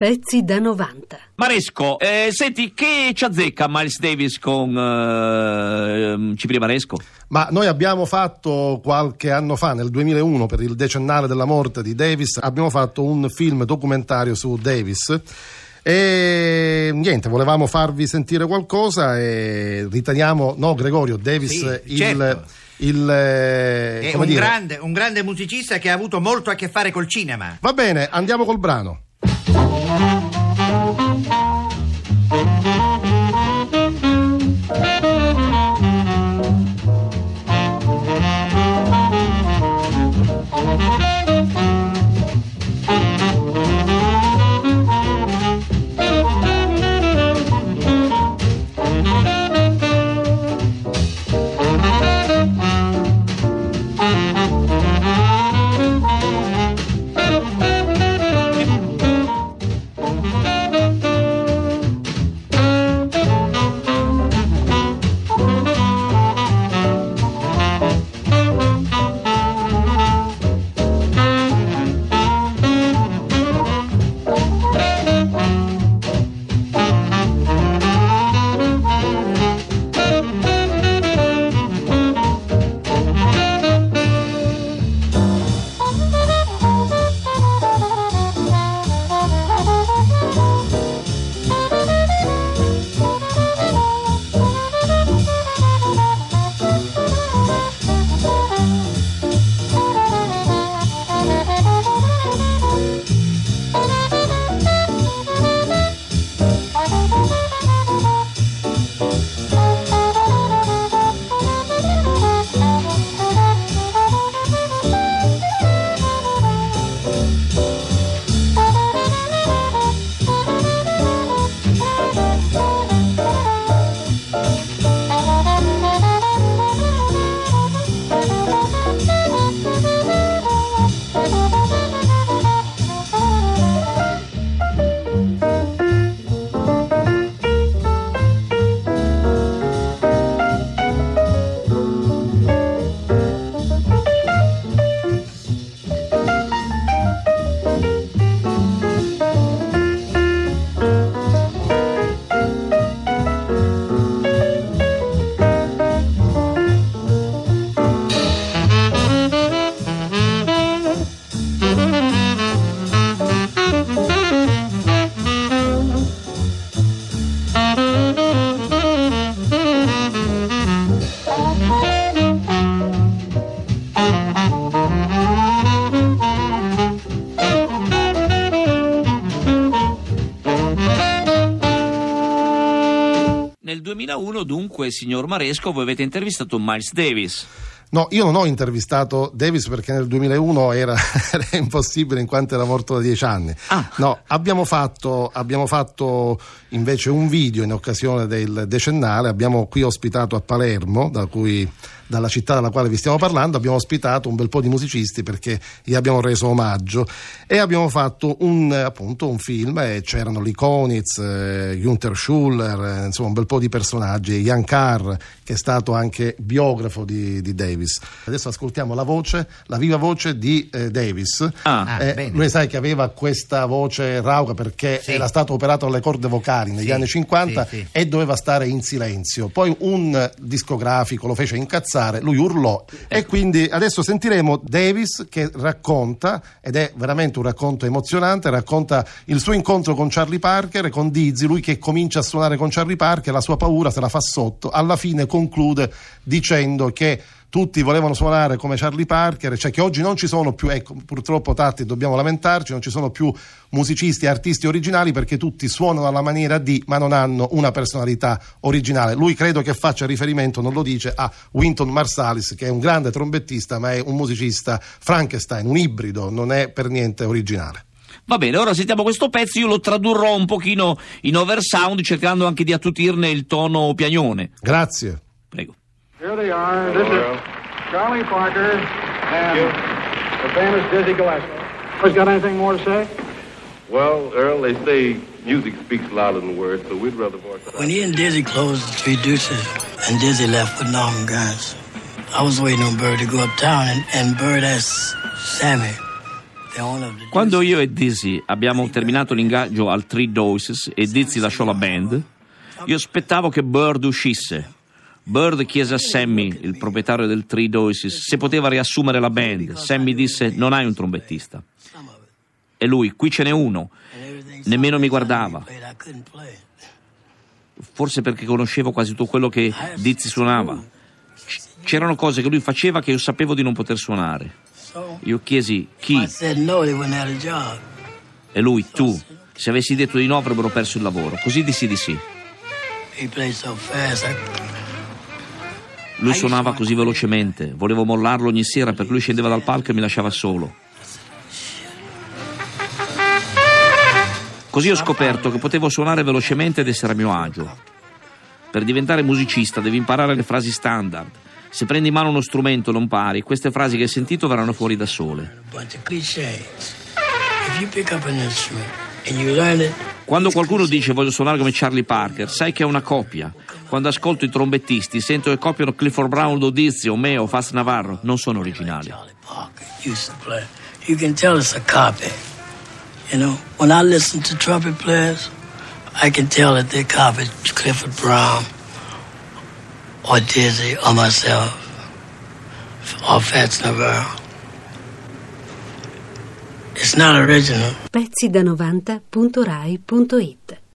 Pezzi da 90. Maresco, senti, che ci azzecca Miles Davis con Cipri Maresco? Ma noi abbiamo fatto qualche anno fa, nel 2001, per il decennale della morte di Davis, abbiamo fatto un film documentario su Davis e niente, volevamo farvi sentire qualcosa e riteniamo, no Gregorio, Davis certo. È un grande musicista che ha avuto molto a che fare col cinema. Va bene, andiamo col brano. Nel 2001, dunque, signor Maresco, voi avete intervistato Miles Davis. No, io non ho intervistato Davis perché nel 2001 era impossibile in quanto era morto da 10 anni. No, abbiamo fatto invece un video in occasione del decennale. Abbiamo qui ospitato a Palermo, dalla città dalla quale vi stiamo parlando, abbiamo ospitato un bel po' di musicisti perché gli abbiamo reso omaggio e abbiamo fatto un film e c'erano Lee Konitz, Günther Schuller, insomma un bel po' di personaggi, Jan Carr che è stato anche biografo di Davis. Adesso ascoltiamo la viva voce di Davis. Lui sai che aveva questa voce rauca perché era stato operato alle corde vocali negli anni 50 e doveva stare in silenzio. Poi un discografico lo fece incazzare, lui urlò e quindi adesso sentiremo Davis che racconta, ed è veramente un racconto emozionante, racconta il suo incontro con Charlie Parker e con Dizzy, lui che comincia a suonare con Charlie Parker, la sua paura se la fa sotto, alla fine conclude dicendo che tutti volevano suonare come Charlie Parker, cioè che oggi non ci sono più, ecco, purtroppo Tatti dobbiamo lamentarci, non ci sono più musicisti e artisti originali perché tutti suonano alla maniera di, ma non hanno una personalità originale. Lui credo che faccia riferimento, non lo dice, a Wynton Marsalis, che è un grande trombettista ma è un musicista Frankenstein, un ibrido, non è per niente originale. Va bene, ora sentiamo questo pezzo, io lo tradurrò un pochino in oversound cercando anche di attutirne il tono piagnone. Grazie. Prego. Here they are. This is Charlie Parker and the famous Dizzy Gillespie. Has got anything more to say? Well, Earl, they say music speaks louder than words, so we'd rather voice it out. When he and Dizzy closed the Three Deuces and Dizzy left with Norman Granz, I was waiting on Bird to go uptown, and Bird asked Sammy, Quando io e Dizzy abbiamo terminato l'ingaggio al Three Deuces e Dizzy lasciò la band, io aspettavo che Bird uscisse. Bird chiese a Sammy, il proprietario del Three Deuces, se poteva riassumere la band. Sammy disse: non hai un trombettista. E lui: qui ce n'è uno. Nemmeno mi guardava. Forse perché conoscevo quasi tutto quello che Dizzy suonava. C'erano cose che lui faceva che io sapevo di non poter suonare. Io chiesi: chi? E lui: tu. Se avessi detto di no avrebbero perso il lavoro. Così dissi di sì. Lui suonava così velocemente, volevo mollarlo ogni sera perché lui scendeva dal palco e mi lasciava solo. Così ho scoperto che potevo suonare velocemente ed essere a mio agio. Per diventare musicista devi imparare le frasi standard. Se prendi in mano uno strumento e lo impari, queste frasi che hai sentito verranno fuori da sole. Quando qualcuno dice voglio suonare come Charlie Parker, sai che è una copia. Quando ascolto i trombettisti sento che copiano Clifford Brown o Dizzy o me o Fats Navarro, non sono originali. You can tell it's a copy. You know, when I listen to trumpet players, I can tell that they copied Clifford Brown or Dizzy or myself or Fats Navarro. It's not original. Pezzi da 90.rai.it